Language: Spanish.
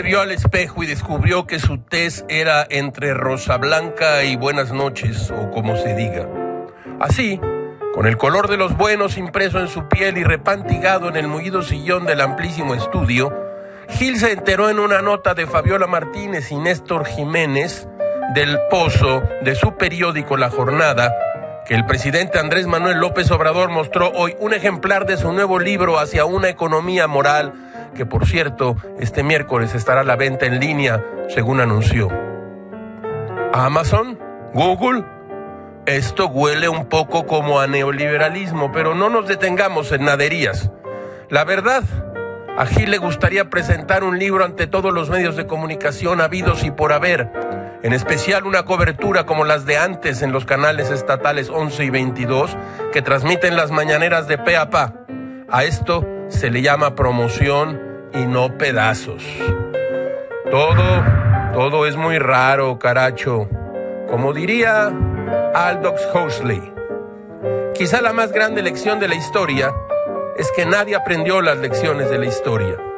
vio al espejo y descubrió que su tez era entre rosa blanca y buenas noches, o como se diga. Así, con el color de los buenos impreso en su piel y repantigado en el mullido sillón del amplísimo estudio, Gil se enteró en una nota de Fabiola Martínez y Néstor Jiménez del Pozo de su periódico La Jornada que el presidente Andrés Manuel López Obrador mostró hoy un ejemplar de su nuevo libro Hacia una economía moral, que por cierto, este miércoles estará a la venta en línea, según anunció. ¿Amazon? ¿Google? Esto huele un poco como a neoliberalismo, pero no nos detengamos en naderías. La verdad, a Gil le gustaría presentar un libro ante todos los medios de comunicación habidos y por haber, en especial una cobertura como las de antes en los canales estatales 11 y 22, que transmiten las mañaneras de pe a pa. A esto se le llama promoción y no pedazos. Todo es muy raro, caracho. Como diría Aldous Huxley, quizá la más grande lección de la historia es que nadie aprendió las lecciones de la historia.